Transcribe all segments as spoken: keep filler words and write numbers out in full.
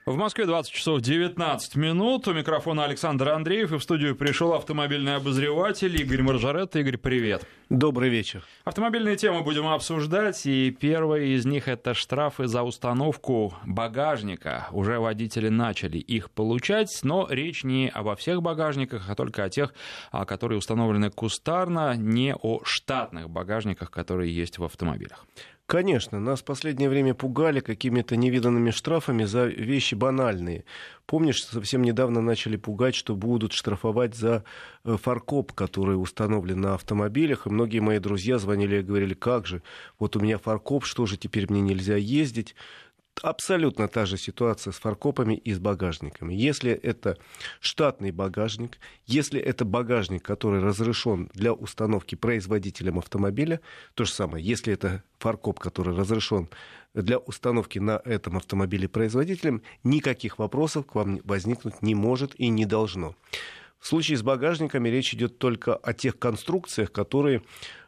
В Москве двадцать часов девятнадцать минут. У микрофона Александр Андреев. И в студию пришел автомобильный обозреватель Игорь Маржаретто. Игорь, привет. Добрый вечер. Автомобильные темы будем обсуждать. И первая из них — это штрафы за установку багажника. Уже водители начали их получать, но речь не обо всех багажниках, а только о тех, которые установлены кустарно, не о штатных багажниках, которые есть в автомобилях. Конечно, нас в последнее время пугали какими-то невиданными штрафами за вещи банальные. Помнишь, совсем недавно начали пугать, что будут штрафовать за фаркоп, который установлен на автомобилях. И многие мои друзья звонили и говорили: как же, вот у меня фаркоп, что же теперь мне нельзя ездить? Абсолютно та же ситуация с фаркопами и с багажниками. Если это штатный багажник, если это багажник, который разрешен для установки производителем автомобиля, то же самое, если это фаркоп, который разрешен для установки на этом автомобиле производителем, никаких вопросов к вам возникнуть не может и не должно. В случае с багажниками речь идет только о тех конструкциях, которые...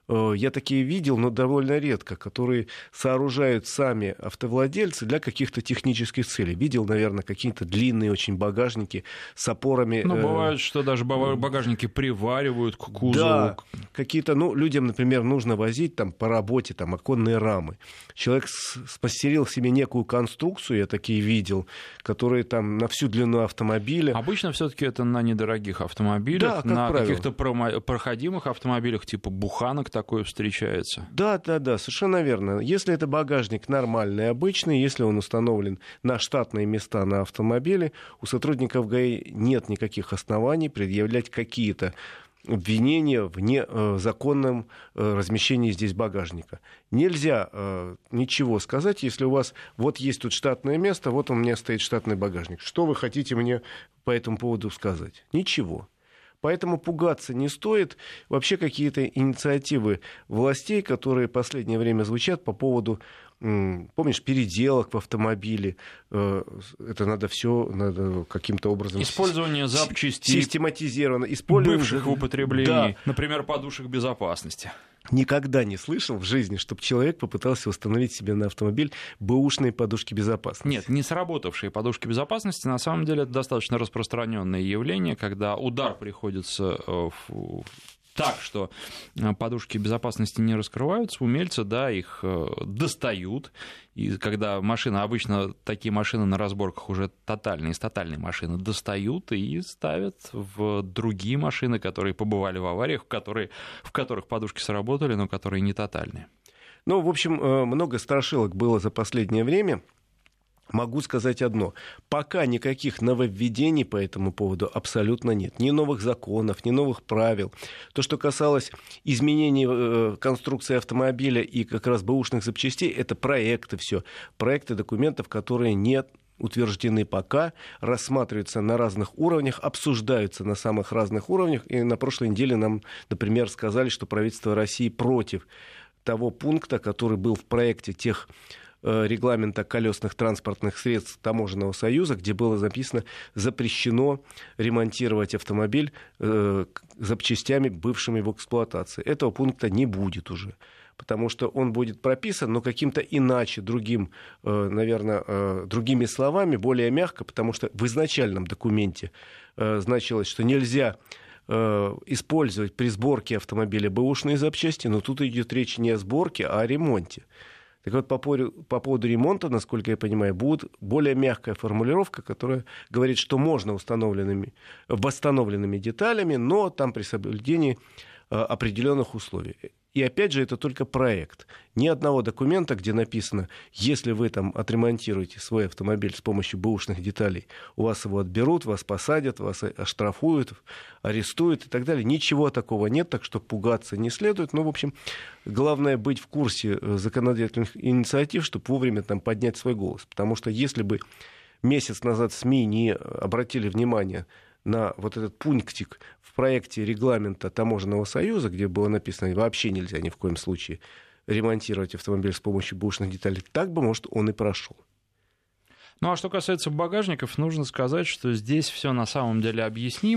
Я такие видел, но довольно редко, которые сооружают сами автовладельцы для каких-то технических целей. Видел, наверное, какие-то длинные очень багажники с опорами. Ну, бывает, что даже багажники приваривают к кузову. Да, какие-то, ну, людям, например, нужно возить там по работе там оконные рамы. Человек смастерил себе некую конструкцию, я такие видел, которые там на всю длину автомобиля. Обычно все-таки это на недорогих автомобилях, да, на правило. Каких-то проходимых автомобилях типа буханок такое встречается. Да, да, да, совершенно верно. Если это багажник нормальный, обычный, если он установлен на штатные места на автомобиле, у сотрудников ГАИ нет никаких оснований предъявлять какие-то обвинения в незаконном размещении здесь багажника. Нельзя э, ничего сказать, если у вас вот есть тут штатное место, вот у меня стоит штатный багажник. Что вы хотите мне по этому поводу сказать? Ничего. Поэтому пугаться не стоит. Вообще какие-то инициативы властей, которые в последнее время звучат по поводу, помнишь, переделок в автомобиле, это надо все надо каким-то образом... Использование запчастей. Систематизировано. Использование... Бывших в употреблении. Да. Например, подушек безопасности. Никогда не слышал в жизни, чтобы человек попытался установить себе на автомобиль бэушные подушки безопасности. Нет, не сработавшие подушки безопасности. На самом деле это достаточно распространенное явление, когда удар приходится в... так, что подушки безопасности не раскрываются, умельцы, да, их достают. И когда машина, обычно такие машины на разборках уже тотальные, из тотальной машины достают и ставят в другие машины, которые побывали в авариях, в, которые, в которых подушки сработали, но которые не тотальные. Ну, в общем, много страшилок было за последнее время. Могу сказать одно. Пока никаких нововведений по этому поводу абсолютно нет. Ни новых законов, ни новых правил. То, что касалось изменений э, конструкции автомобиля и как раз бэушных запчастей, это проекты все. Проекты документов, которые не утверждены пока, рассматриваются на разных уровнях, обсуждаются на самых разных уровнях. И на прошлой неделе нам, например, сказали, что правительство России против того пункта, который был в проекте тех регламента колесных транспортных средств Таможенного союза, где было записано: запрещено ремонтировать автомобиль э, запчастями, бывшими в эксплуатации. Этого пункта не будет уже, потому что он будет прописан, но каким-то иначе, другим, э, наверное, э, другими словами, более мягко, потому что в изначальном документе э, значилось, что нельзя использовать при сборке автомобиля бэушные запчасти, но тут идет речь не о сборке, а о ремонте. Так вот, по поводу, по поводу ремонта, насколько я понимаю, будет более мягкая формулировка, которая говорит, что можно установленными, восстановленными деталями, но там при соблюдении определенных условий. И опять же, это только проект. Ни одного документа, где написано: если вы там отремонтируете свой автомобиль с помощью бэушных деталей, у вас его отберут, вас посадят, вас оштрафуют, арестуют и так далее. Ничего такого нет, так что пугаться не следует. Но, в общем, главное быть в курсе законодательных инициатив, чтобы вовремя там поднять свой голос. Потому что если бы месяц назад СМИ не обратили внимание на вот этот пунктик в проекте регламента Таможенного союза, где было написано: вообще нельзя ни в коем случае ремонтировать автомобиль с помощью бэушных деталей, так бы, может, он и прошел. Ну, а что касается багажников, нужно сказать, что здесь все на самом деле объяснимо.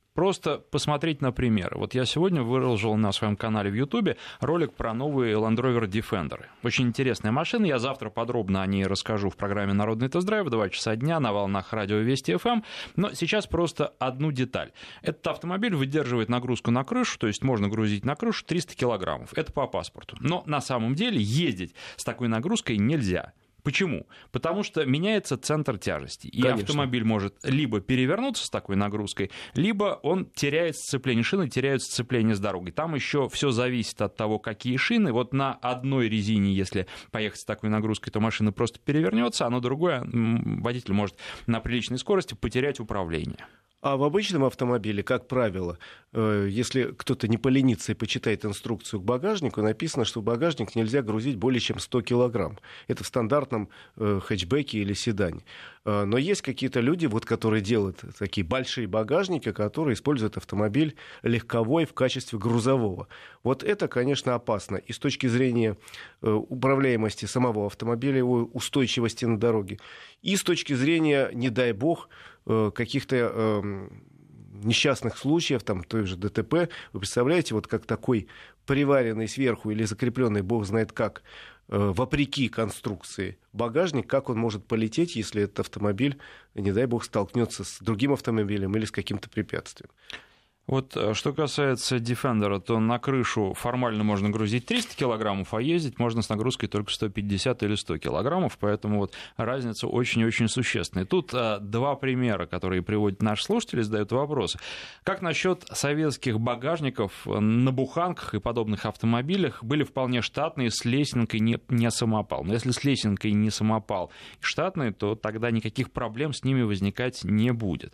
просто посмотреть на примеры. Вот я сегодня выложил на своем канале в Ютубе ролик про новые Land Rover Defender. Очень интересная машина, я завтра подробно о ней расскажу в программе «Народный тест-драйв» в два часа дня на волнах радио Вести эф эм. Но сейчас просто одну деталь. Этот автомобиль выдерживает нагрузку на крышу, то есть можно грузить на крышу триста килограммов. Это по паспорту. Но на самом деле ездить с такой нагрузкой нельзя. Почему? Потому что меняется центр тяжести, и Конечно. Автомобиль может либо перевернуться с такой нагрузкой, либо он теряет сцепление, шины теряют сцепление с дорогой. Там еще все зависит от того, какие шины. Вот на одной резине, если поехать с такой нагрузкой, то машина просто перевернется, а на другой водитель может на приличной скорости потерять управление. А в обычном автомобиле, как правило, если кто-то не поленится и почитает инструкцию к багажнику, написано, что в багажник нельзя грузить более чем сто килограмм. Это в стандартном хэтчбеке или седане. Но есть какие-то люди, вот, которые делают такие большие багажники, которые используют автомобиль легковой в качестве грузового. Вот это, конечно, опасно и с точки зрения управляемости самого автомобиля, его устойчивости на дороге, и с точки зрения, не дай бог, каких-то несчастных случаев, там, той же ДТП. Вы представляете, вот как такой приваренный сверху или закрепленный, бог знает как, вопреки конструкции багажник, как он может полететь, если этот автомобиль, не дай бог, столкнется с другим автомобилем или с каким-то препятствием. Вот что касается Defender, то на крышу формально можно грузить триста килограммов, а ездить можно с нагрузкой только сто пятьдесят или сто килограммов, поэтому вот разница очень-очень существенная. Тут а, два примера, которые приводят наши слушатели, задают вопросы. Как насчет советских багажников на буханках и подобных автомобилях были вполне штатные, с лесенкой не, не самопал. Но если с лесенкой не самопал и штатные, то тогда никаких проблем с ними возникать не будет.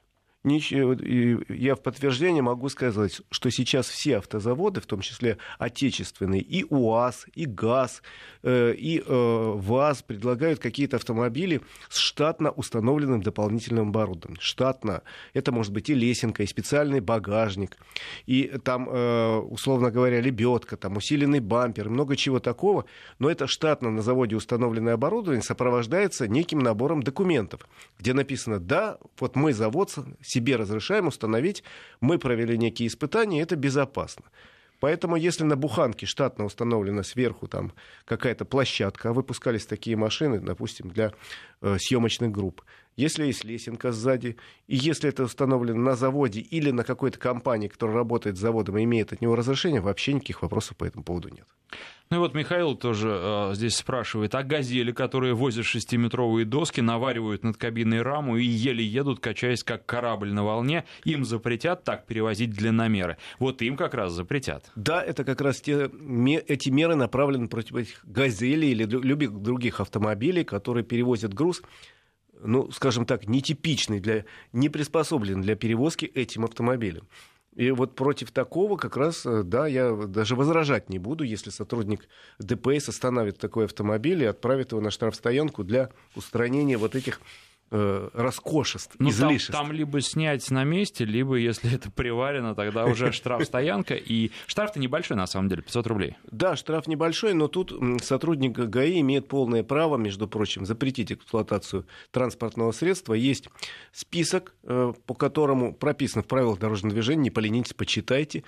Я в подтверждение могу сказать, что сейчас все автозаводы, в том числе отечественные, и УАЗ, и ГАЗ, и ВАЗ, предлагают какие-то автомобили с штатно установленным дополнительным оборудованием. Штатно. Это может быть и лесенка, и специальный багажник, и там, условно говоря, лебедка, там усиленный бампер, много чего такого. Но это штатно на заводе установленное оборудование сопровождается неким набором документов, где написано: да, вот мы завод себе разрешаем установить, мы провели некие испытания, это безопасно. Поэтому, если на буханке штатно установлена сверху там какая-то площадка, а выпускались такие машины, допустим, для э, съемочных групп, если есть лесенка сзади, и если это установлено на заводе или на какой-то компании, которая работает с заводом и имеет от него разрешение, вообще никаких вопросов по этому поводу нет. Ну и вот Михаил тоже э, здесь спрашивает, а газели, которые возят шестиметровые доски, наваривают над кабиной раму и еле едут, качаясь как корабль на волне, им запретят так перевозить длинномеры? Вот им как раз запретят. Да, это как раз те, эти меры направлены против этих газелей или любых других автомобилей, которые перевозят груз, ну, скажем так, нетипичный, для, не приспособленный для перевозки этим автомобилем. И вот против такого как раз, да, я даже возражать не буду, если сотрудник ДПС остановит такой автомобиль и отправит его на штрафстоянку для устранения вот этих э, роскошеств, ну, излишеств. Там, там либо снять на месте, либо, если это приварено, тогда уже штрафстоянка. И штраф-то небольшой, на самом деле, пятьсот рублей. Да, штраф небольшой, но тут сотрудник ГАИ имеет полное право, между прочим, запретить эксплуатацию транспортного средства. Есть список, по которому прописано в правилах дорожного движения, не поленитесь, почитайте,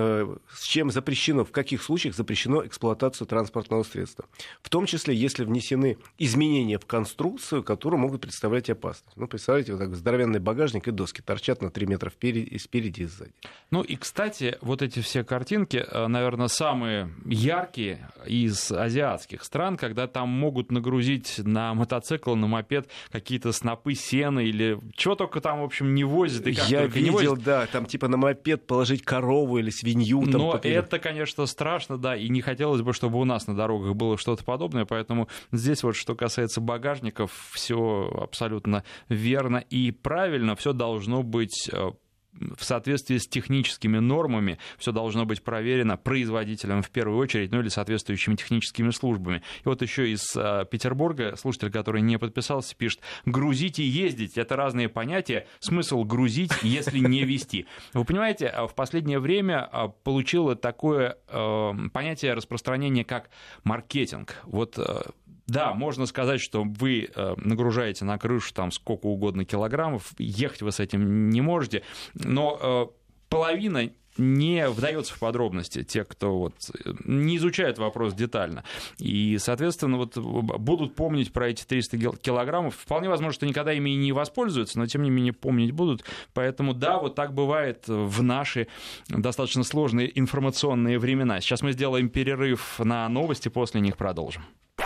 с чем запрещено, в каких случаях запрещено эксплуатацию транспортного средства. В том числе, если внесены изменения в конструкцию, которые могут представлять опасность. Ну, представляете, вот так здоровенный багажник и доски торчат на три метра впереди, спереди и сзади. Ну и, кстати, вот эти все картинки, наверное, самые яркие из азиатских стран, когда там могут нагрузить на мотоцикл, на мопед какие-то снопы сена или чего только там, в общем, не возят. И как Я только видел, не возят. Да, там типа на мопед положить корову или свинью. Там Но попили. Это, конечно, страшно, да, и не хотелось бы, чтобы у нас на дорогах было что-то подобное, поэтому здесь вот, что касается багажников, все абсолютно верно и правильно, все должно быть в соответствии с техническими нормами, все должно быть проверено производителем в первую очередь, ну или соответствующими техническими службами. И вот еще из а, Петербурга слушатель, который не подписался, пишет: грузить и ездить — это разные понятия, смысл грузить, если не везти. Вы понимаете, в последнее время получило такое э, понятие распространения, как маркетинг. Вот э, Да, можно сказать, что вы нагружаете на крышу там сколько угодно килограммов, ехать вы с этим не можете, но половина не вдается в подробности, те, кто вот не изучает вопрос детально. И, соответственно, вот будут помнить про эти триста килограммов. Вполне возможно, что никогда ими и не воспользуются, но, тем не менее, помнить будут. Поэтому, да, вот так бывает в наши достаточно сложные информационные времена. Сейчас мы сделаем перерыв на новости, после них продолжим.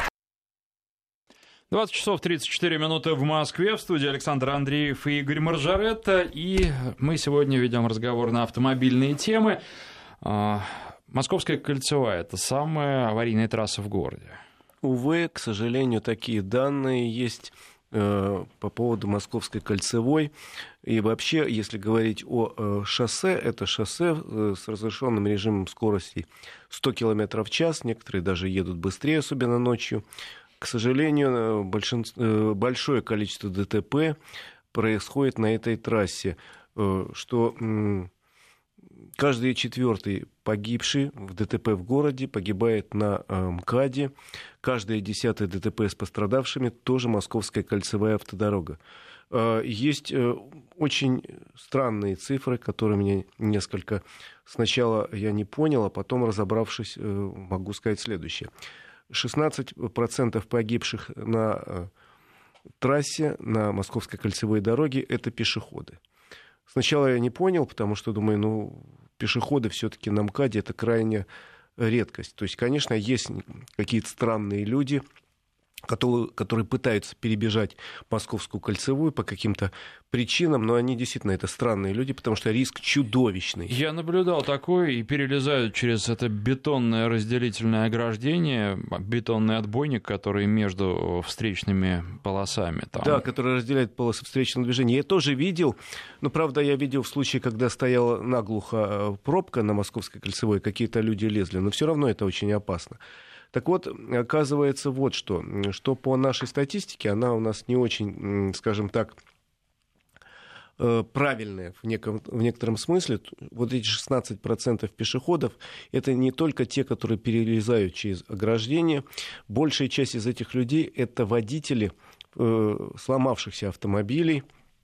двадцать часов тридцать четыре минуты в Москве. В студии Александр Андреев и Игорь Маржаретта. И мы сегодня ведем разговор на автомобильные темы. Московская кольцевая — это самая аварийная трасса в городе. Увы, к сожалению, такие данные есть э, по поводу Московской кольцевой. И вообще, если говорить о э, шоссе, это шоссе э, с разрешенным режимом скорости сто километров в час. Некоторые даже едут быстрее, особенно ночью. К сожалению, большинство, большое количество ДТП происходит на этой трассе, что каждый четвертый погибший в ДТП в городе погибает на МКАДе, каждое десятое ДТП с пострадавшими тоже Московская кольцевая автодорога. Есть очень странные цифры, которые меня несколько сначала я не понял, а потом, разобравшись, могу сказать следующее. шестнадцать процентов погибших на трассе, на Московской кольцевой дороге — это пешеходы. Сначала я не понял, потому что думаю, ну, пешеходы все-таки на МКАДе — это крайняя редкость. То есть, конечно, есть какие-то странные люди, которые, которые пытаются перебежать Московскую кольцевую по каким-то причинам, но они действительно это странные люди, потому что риск чудовищный. Я наблюдал такое, и перелезают через это бетонное разделительное ограждение, бетонный отбойник, который между встречными полосами. Там. Да, который разделяет полосы встречного движения. Я тоже видел, но, правда, я видел в случае, когда стояла наглухо пробка на Московской кольцевой, какие-то люди лезли, но все равно это очень опасно. Так вот, оказывается, вот что, что по нашей статистике, она у нас не очень, скажем так, правильная в, неком, в некотором смысле. Вот эти шестнадцать процентов пешеходов, это не только те, которые перелезают через ограждение. Большая часть из этих людей — это водители э, сломавшихся автомобилей.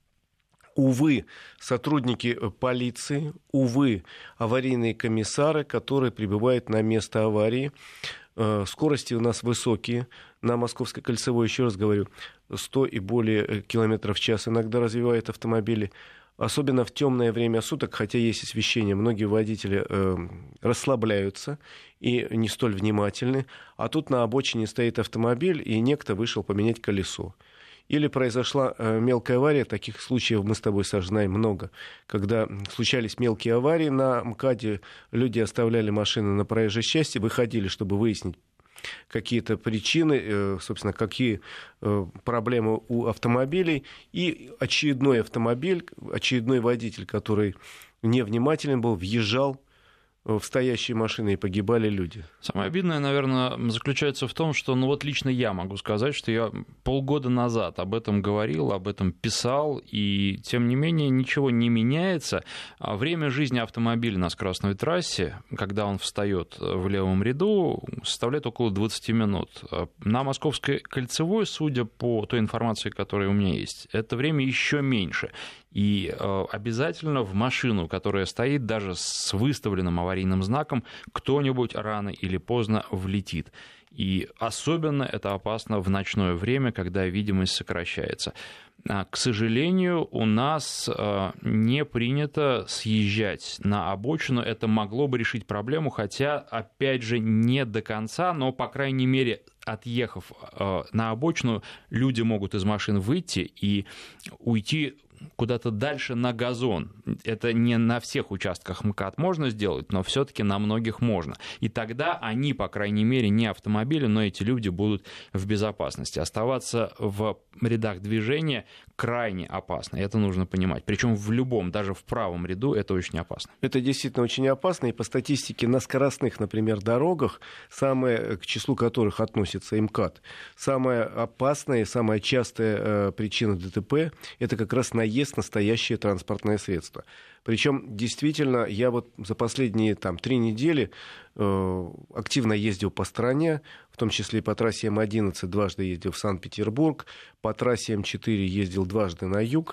Увы, сотрудники полиции, увы, аварийные комиссары, которые прибывают на место аварии. Скорости у нас высокие. На Московской кольцевой, еще раз говорю, сто и более километров в час иногда развивают автомобили. Особенно в темное время суток, хотя есть освещение, многие водители э, расслабляются и не столь внимательны. А тут на обочине стоит автомобиль, и некто вышел поменять колесо. Или произошла мелкая авария, таких случаев мы с тобой, Саш, знаем много, когда случались мелкие аварии на МКАДе, люди оставляли машины на проезжей части, выходили, чтобы выяснить какие-то причины, собственно, какие проблемы у автомобилей, и очередной автомобиль, очередной водитель, который невнимателен был, въезжал в стоящие машины, и погибали люди. Самое обидное, наверное, заключается в том, что, ну вот лично я могу сказать, что я полгода назад об этом говорил, об этом писал, и тем не менее ничего не меняется. Время жизни автомобиля на скоростной трассе, когда он встает в левом ряду, составляет около двадцать минут. На Московской кольцевой, судя по той информации, которая у меня есть, это время еще меньше. И э, обязательно в машину, которая стоит даже с выставленным аварийным знаком, кто-нибудь рано или поздно влетит. И особенно это опасно в ночное время, когда видимость сокращается. А, к сожалению, у нас э, не принято съезжать на обочину. Это могло бы решить проблему, хотя, опять же, не до конца, но, по крайней мере, отъехав э, на обочину, люди могут из машин выйти и уйти куда-то дальше на газон. Это не на всех участках МКАД можно сделать, но все-таки на многих можно. И тогда они, по крайней мере, не автомобили, но эти люди будут в безопасности. Оставаться в рядах движения крайне опасно. Это нужно понимать. Причем в любом, даже в правом ряду, это очень опасно. Это действительно очень опасно. И по статистике на скоростных, например, дорогах, самое, к числу которых относится МКАД, самая опасная и самая частая э, причина ДТП — это как раз наезд наезд на настоящее транспортное средство. Причем, действительно, я вот за последние там, три недели э, активно ездил по стране, в том числе по трассе эм одиннадцать дважды ездил в Санкт-Петербург, по трассе эм четыре ездил дважды на юг.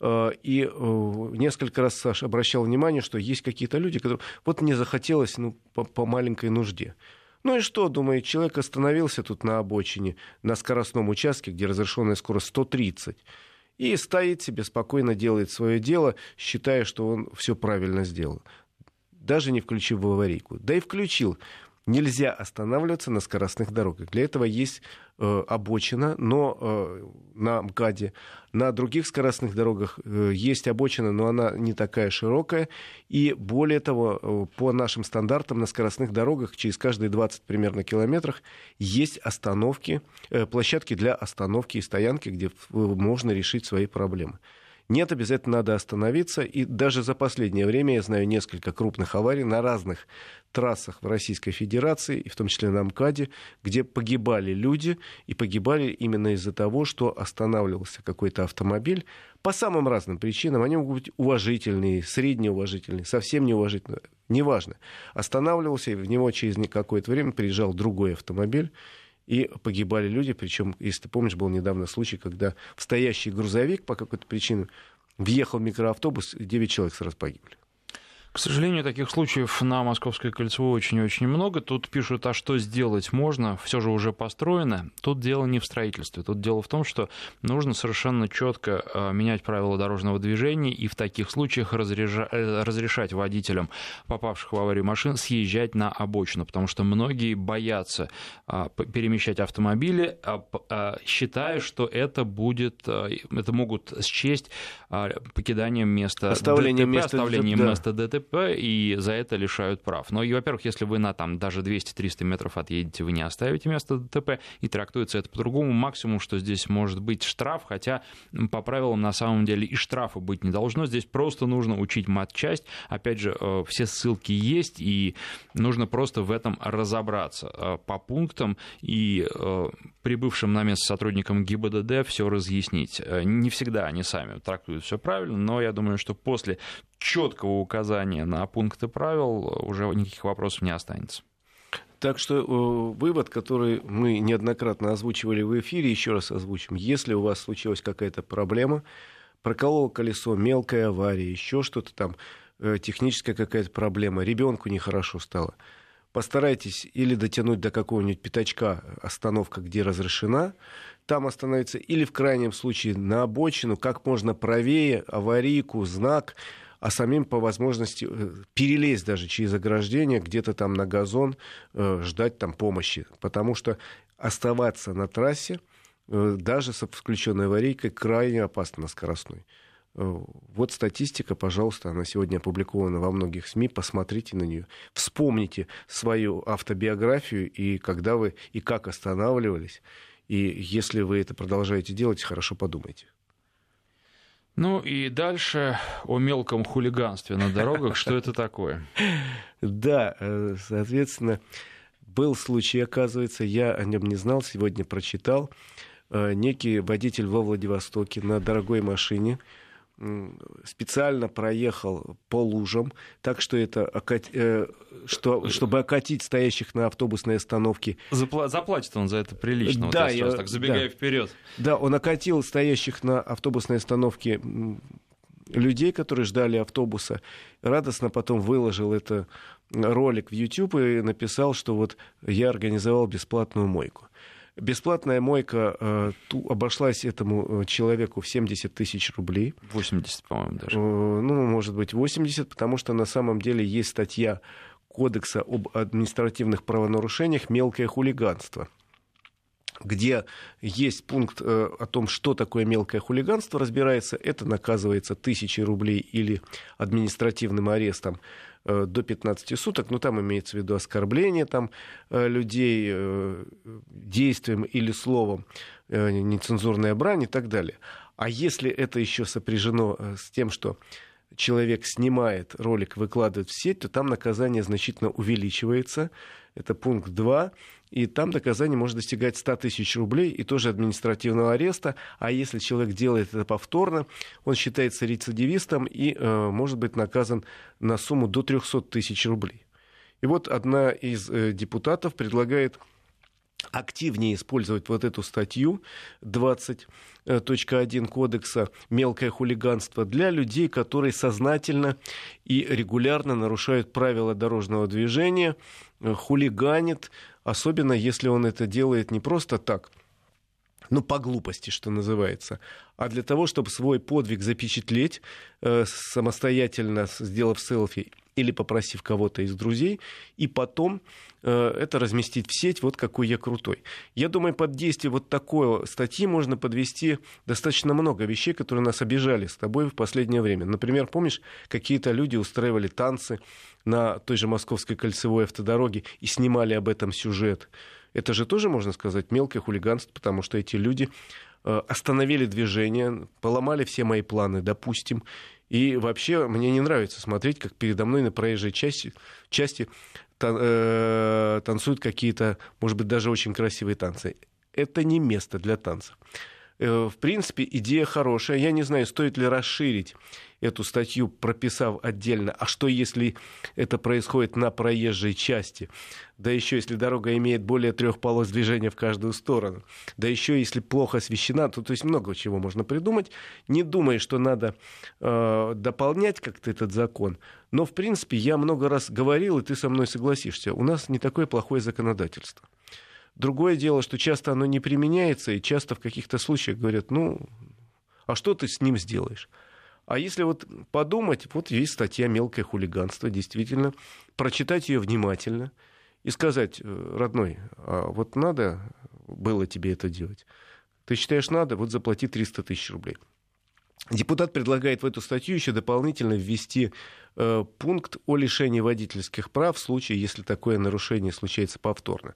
И несколько раз, Саша, обращал внимание, что есть какие-то люди, которые... Вот мне захотелось, ну, по, по маленькой нужде. Ну и что, думаю, человек остановился тут на обочине, на скоростном участке, где разрешенная скорость сто тридцать, и стоит себе, спокойно делает свое дело, считая, что он все правильно сделал. Даже не включив в аварийку. Да и включил. Нельзя останавливаться на скоростных дорогах. Для этого есть э, обочина, но э, на МКАДе. На других скоростных дорогах э, есть обочина, но она не такая широкая. И более того, э, по нашим стандартам на скоростных дорогах через каждые двадцать примерно километрах есть остановки, э, площадки для остановки и стоянки, где можно решить свои проблемы. Нет, обязательно надо остановиться. И даже за последнее время я знаю несколько крупных аварий на разных трассах в Российской Федерации, и в том числе на МКАДе, где погибали люди, и погибали именно из-за того, что останавливался какой-то автомобиль по самым разным причинам. Они могут быть уважительные, среднеуважительные, совсем неуважительные, неважно. Останавливался, и в него через какое-то время приезжал другой автомобиль, и погибали люди, причем, если ты помнишь, был недавно случай, когда в стоящий грузовик по какой-то причине въехал микроавтобус, и девять человек сразу погибли. К сожалению, таких случаев на Московской кольцевой очень-очень много. Тут пишут, а что сделать можно, все же уже построено. Тут дело не в строительстве. Тут дело в том, что нужно совершенно четко менять правила дорожного движения и в таких случаях разрешать водителям, попавших в аварию машин, съезжать на обочину, потому что многие боятся перемещать автомобили, считая, что это будет, это могут счесть покиданием места оставлением ДТП, места, оставлением да. места ДТП, и за это лишают прав. Но, и, во-первых, если вы на там, даже двести-триста метров отъедете, вы не оставите место ДТП, и трактуется это по-другому. Максимум, что здесь может быть штраф, хотя по правилам на самом деле и штрафа быть не должно. Здесь просто нужно учить матчасть. Опять же, все ссылки есть, и нужно просто в этом разобраться по пунктам и прибывшим на место сотрудникам ГИБДД все разъяснить. Не всегда они сами трактуют все правильно, но я думаю, что после четкого указания на пункты правил уже никаких вопросов не останется. Так что э, вывод, который мы неоднократно озвучивали в эфире, еще раз озвучим. Если у вас случилась какая-то проблема, прокололо колесо, мелкая авария, еще что-то там, э, техническая какая-то проблема, ребенку нехорошо стало, постарайтесь или дотянуть до какого-нибудь пятачка, остановка, где разрешена, там остановиться, или в крайнем случае на обочину, как можно правее, аварийку, знак, а самим по возможности перелезть даже через ограждение, где-то там на газон, э, ждать там помощи. Потому что оставаться на трассе, э, даже с включенной аварийкой, крайне опасно на скоростной. Э, вот статистика, пожалуйста, она сегодня опубликована во многих СМИ, посмотрите на нее. Вспомните свою автобиографию и когда вы и как останавливались. И если вы это продолжаете делать, хорошо подумайте. Ну и дальше о мелком хулиганстве на дорогах. Что это такое? Да, соответственно, был случай, оказывается, я о нем не знал, сегодня прочитал. Некий водитель во Владивостоке на дорогой машине специально проехал по лужам, так что это что, чтобы окатить стоящих на автобусной остановке. Запла- заплатит он за это прилично, да, вот я сразу я, так забегая да. вперед. Да, он окатил стоящих на автобусной остановке людей, которые ждали автобуса. Радостно потом выложил это ролик в YouTube и написал, что вот я организовал бесплатную мойку. Бесплатная мойка э, ту, обошлась этому человеку в семьдесят тысяч рублей. восемьдесят, по-моему, даже. Э, ну, может быть, восемьдесят, потому что на самом деле есть статья Кодекса об административных правонарушениях «Мелкое хулиганство», где есть пункт э, о том, что такое мелкое хулиганство, разбирается. Это наказывается тысячей рублей или административным арестом до пятнадцати суток, но там имеется в виду оскорбление там, людей действием или словом, нецензурная брань и так далее. А если это еще сопряжено с тем, что человек снимает ролик, выкладывает в сеть, то там наказание значительно увеличивается. Это пункт два. и там наказание может достигать ста тысяч рублей и тоже административного ареста. А если человек делает это повторно, он считается рецидивистом и э, может быть наказан на сумму до трехсот тысяч рублей. И вот одна из э, депутатов предлагает активнее использовать вот эту статью двадцать точка один кодекса «Мелкое хулиганство» для людей, которые сознательно и регулярно нарушают правила дорожного движения, хулиганят, особенно если он это делает не просто так, ну, по глупости, что называется, а для того, чтобы свой подвиг запечатлеть, э, самостоятельно сделав селфи или попросив кого-то из друзей, и потом э, это разместить в сеть, вот какой я крутой. Я думаю, под действие вот такой статьи можно подвести достаточно много вещей, которые нас обижали с тобой в последнее время. Например, помнишь, какие-то люди устраивали танцы на той же Московской кольцевой автодороге и снимали об этом сюжет. Это же тоже, можно сказать, мелкое хулиганство, потому что эти люди э, остановили движение, поломали все мои планы, допустим. И вообще мне не нравится смотреть, как передо мной на проезжей части, части тан, э, танцуют какие-то, может быть, даже очень красивые танцы. Это не место для танцев. Э, в принципе, идея хорошая. Я не знаю, стоит ли расширить эту статью, прописав отдельно, а что если это происходит на проезжей части, да еще если дорога имеет более трех полос движения в каждую сторону, да еще если плохо освещена, то, то есть много чего можно придумать. Не думай, что надо э, дополнять как-то этот закон, но в принципе я много раз говорил, и ты со мной согласишься, у нас не такое плохое законодательство. Другое дело, что часто оно не применяется, и часто в каких-то случаях говорят, ну, а что ты с ним сделаешь? А если вот подумать, вот есть статья «Мелкое хулиганство», действительно, прочитать ее внимательно и сказать, родной, а вот надо было тебе это делать? Ты считаешь, надо? Вот заплати триста тысяч рублей. Депутат предлагает в эту статью еще дополнительно ввести э, пункт о лишении водительских прав в случае, если такое нарушение случается повторно.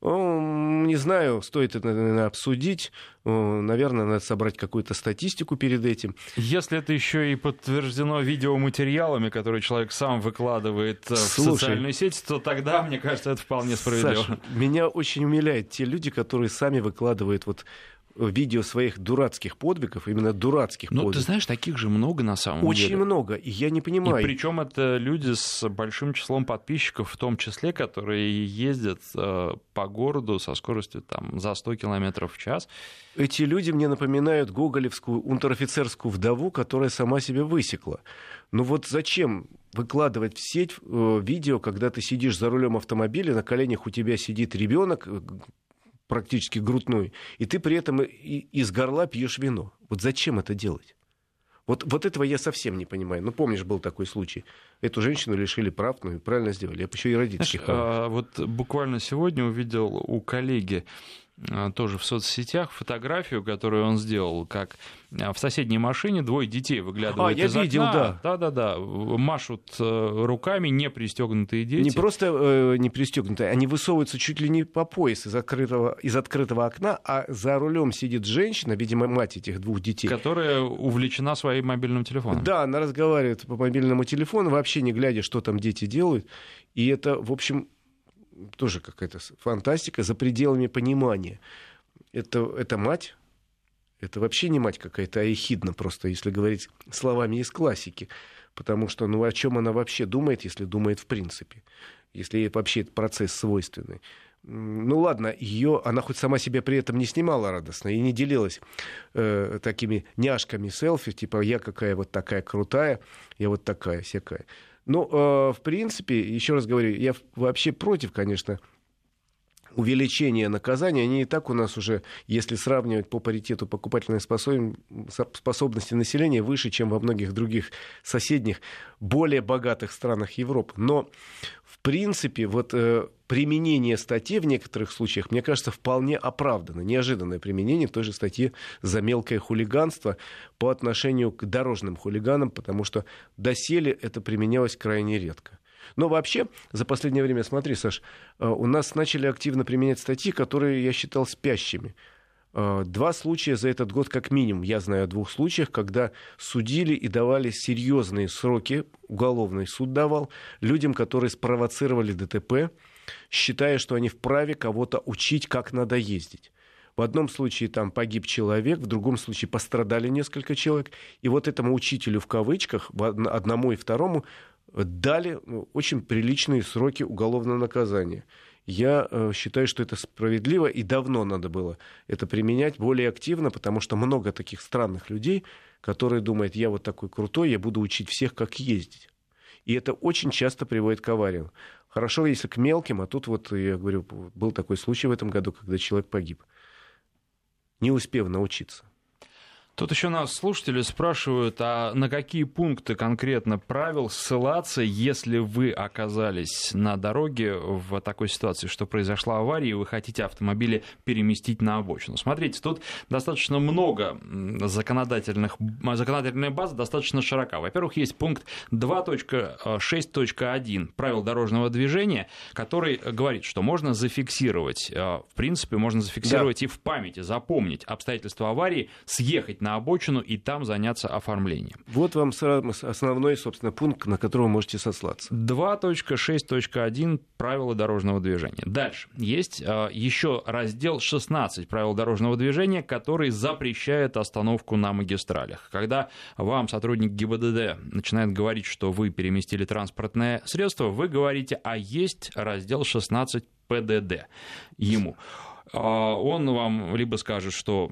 Не знаю, стоит это, наверное, обсудить. Наверное, надо собрать какую-то статистику перед этим. Если это еще и подтверждено видеоматериалами, которые человек сам выкладывает в Слушай, социальные сети, то тогда, мне кажется, это вполне справедливо. Саша, меня очень умиляют те люди, которые сами выкладывают вот видео своих дурацких подвигов, именно дурацких ну, подвигов. Ты знаешь, таких же много на самом Очень деле. Очень много, и я не понимаю. И причем это люди с большим числом подписчиков, в том числе, которые ездят э, по городу со скоростью там, за сто километров в час. Эти люди мне напоминают гоголевскую унтер-офицерскую вдову, которая сама себя высекла. Ну вот зачем выкладывать в сеть э, видео, когда ты сидишь за рулем автомобиля, на коленях у тебя сидит ребенок, практически грудной, и ты при этом из горла пьешь вино. Вот зачем это делать? Вот, вот этого я совсем не понимаю. Ну, помнишь, был такой случай. Эту женщину лишили прав, ну и правильно сделали. Я еще и родительских прав. А, вот буквально сегодня увидел у коллеги тоже в соцсетях фотографию, которую он сделал, как в соседней машине двое детей выглядывают а, я из видел, окна. Да. Да-да-да, машут руками не пристегнутые дети. Не просто э, не пристегнутые, они высовываются чуть ли не по пояс из открытого, из открытого окна, а за рулем сидит женщина, видимо, мать этих двух детей. Которая увлечена своим мобильным телефоном. Да, она разговаривает по мобильному телефону, вообще не глядя, что там дети делают. И это, в общем, тоже какая-то фантастика за пределами понимания. Это, это мать, это вообще не мать какая-то, а ехидна просто, если говорить словами из классики. Потому что, ну, о чем она вообще думает, если думает в принципе? Если ей вообще этот процесс свойственный. Ну, ладно, ее, она хоть сама себе при этом не снимала радостно и не делилась э, такими няшками селфи, типа я какая вот такая крутая, я вот такая сякая. Ну, э, в принципе, еще раз говорю, я вообще против, конечно, увеличения наказания. Они и так у нас уже, если сравнивать по паритету покупательной способности населения, выше, чем во многих других соседних, более богатых странах Европы. Но, в принципе, вот э, применение статьи в некоторых случаях, мне кажется, вполне оправдано. Неожиданное применение той же статьи за мелкое хулиганство по отношению к дорожным хулиганам, потому что доселе это применялось крайне редко. Но вообще, за последнее время, смотри, Саш, у нас начали активно применять статьи, которые я считал спящими. Два случая за этот год как минимум. Я знаю о двух случаях, когда судили и давали серьезные сроки, уголовный суд давал людям, которые спровоцировали ДТП, считая, что они вправе кого-то учить, как надо ездить. В одном случае там погиб человек, в другом случае пострадали несколько человек. И вот этому учителю в кавычках, одному и второму, дали очень приличные сроки уголовного наказания. Я э, считаю, что это справедливо, и давно надо было это применять более активно, потому что много таких странных людей, которые думают, я вот такой крутой, я буду учить всех, как ездить. И это очень часто приводит к авариям. Хорошо, если к мелким, а тут вот, я говорю, был такой случай в этом году, когда человек погиб, не успев научиться. Тут еще нас слушатели спрашивают, а на какие пункты конкретно правил ссылаться, если вы оказались на дороге в такой ситуации, что произошла авария, и вы хотите автомобили переместить на обочину. Смотрите, тут достаточно много законодательных, законодательная база достаточно широка. Во-первых, есть пункт два точка шесть точка один правил дорожного движения, который говорит, что можно зафиксировать, в принципе, можно зафиксировать да. и в памяти, запомнить обстоятельства аварии, съехать на на обочину и там заняться оформлением. Вот вам основной, собственно, пункт, на который вы можете сослаться. два точка шесть точка один правила дорожного движения. Дальше. Есть э, еще раздел шестнадцать правил дорожного движения, который запрещает остановку на магистралях. Когда вам сотрудник ГИБДД начинает говорить, что вы переместили транспортное средство, вы говорите, а есть раздел шестнадцать ПДД ему. Э, он вам либо скажет, что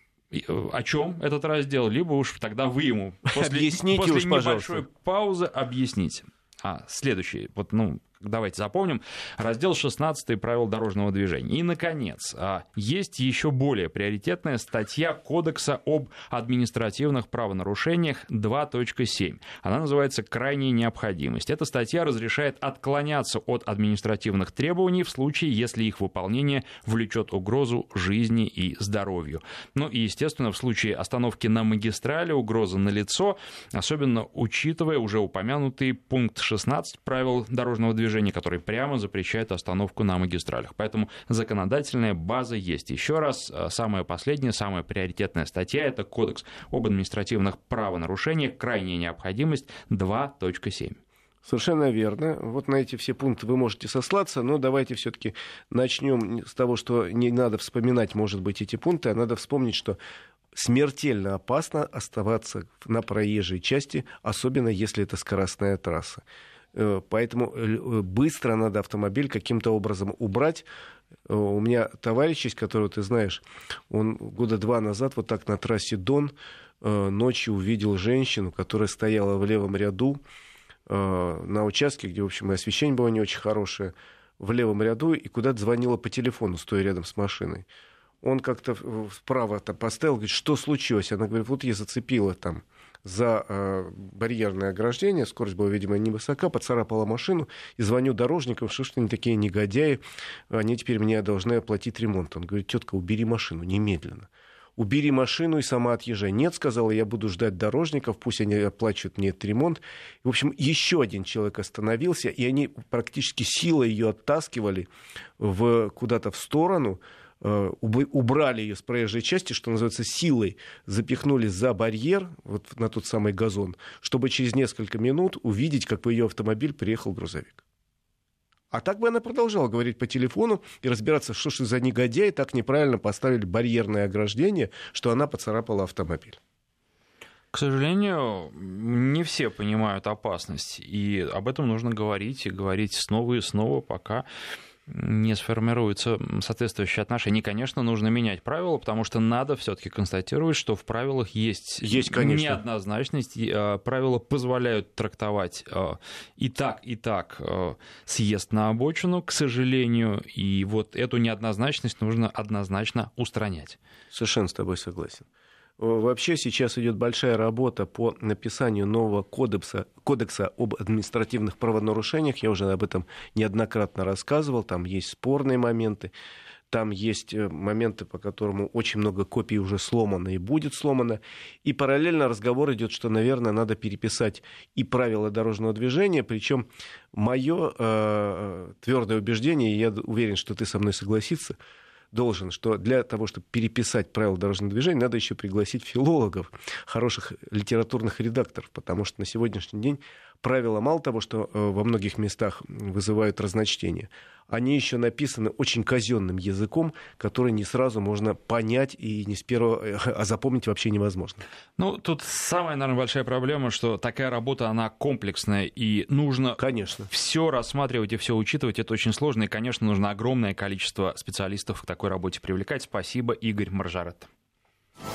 о чем этот раздел, либо уж тогда вы ему после, объясните после уж, небольшой пожалуйста. паузы объясните. А, следующий, вот, ну, давайте запомним, раздел шестнадцать правил дорожного движения. И, наконец, есть еще более приоритетная статья Кодекса об административных правонарушениях два точка семь. Она называется «Крайняя необходимость». Эта статья разрешает отклоняться от административных требований в случае, если их выполнение влечет угрозу жизни и здоровью. Ну и, естественно, в случае остановки на магистрали угроза налицо, особенно учитывая уже упомянутый пункт шестнадцать правил дорожного движения, который прямо запрещает остановку на магистралях. Поэтому законодательная база есть. Еще раз, самая последняя, самая приоритетная статья – это Кодекс об административных правонарушениях, крайняя необходимость два точка семь. Совершенно верно. Вот на эти все пункты вы можете сослаться, но давайте все-таки начнем с того, что не надо вспоминать, может быть, эти пункты, а надо вспомнить, что смертельно опасно оставаться на проезжей части, особенно если это скоростная трасса. Поэтому быстро надо автомобиль каким-то образом убрать. У меня товарищ есть, которого ты знаешь, он года два назад вот так на трассе Дон ночью увидел женщину, которая стояла в левом ряду на участке, где, в общем, и освещение было не очень хорошее, в левом ряду, и куда-то звонила по телефону, стоя рядом с машиной. Он как-то вправо-то поставил, говорит, что случилось? Она говорит, вот я зацепила там за э, барьерное ограждение, скорость была, видимо, невысока, поцарапала машину, и звоню дорожникам, что, что они такие негодяи, они теперь мне должны оплатить ремонт. Он говорит, тетка, убери машину немедленно. Убери машину и сама отъезжай. Нет, сказала, я буду ждать дорожников, пусть они оплачивают мне этот ремонт. В общем, еще один человек остановился, и они практически силой ее оттаскивали в, куда-то в сторону, убрали ее с проезжей части, что называется, силой, запихнули за барьер, вот на тот самый газон, чтобы через несколько минут увидеть, как в ее автомобиль приехал грузовик. А так бы она продолжала говорить по телефону и разбираться, что же за негодяи так неправильно поставили барьерное ограждение, что она поцарапала автомобиль. К сожалению, не все понимают опасность, и об этом нужно говорить, и говорить снова и снова, пока не сформируются соответствующие отношения. И, конечно, нужно менять правила, потому что надо все-таки констатировать, что в правилах есть, есть неоднозначность. Правила позволяют трактовать и так, и так съезд на обочину, к сожалению, и вот эту неоднозначность нужно однозначно устранять. Совершенно с тобой согласен. Вообще сейчас идет большая работа по написанию нового кодекса, кодекса об административных правонарушениях. Я уже об этом неоднократно рассказывал. Там есть спорные моменты. Там есть моменты, по которым очень много копий уже сломано и будет сломано. И параллельно разговор идет, что, наверное, надо переписать и правила дорожного движения. Причем мое э, твердое убеждение, и я уверен, что ты со мной согласишься, должен, что для того, чтобы переписать правила дорожного движения, надо еще пригласить филологов, хороших литературных редакторов, потому что на сегодняшний день правила мало того, что во многих местах вызывают разночтение, они еще написаны очень казенным языком, который не сразу можно понять и не с первого, а запомнить вообще невозможно. Ну, тут самая, наверное, большая проблема, что такая работа, она комплексная, и нужно конечно. все рассматривать и все учитывать. Это очень сложно, и, конечно, нужно огромное количество специалистов к такой работе привлекать. Спасибо, Игорь Маржарет.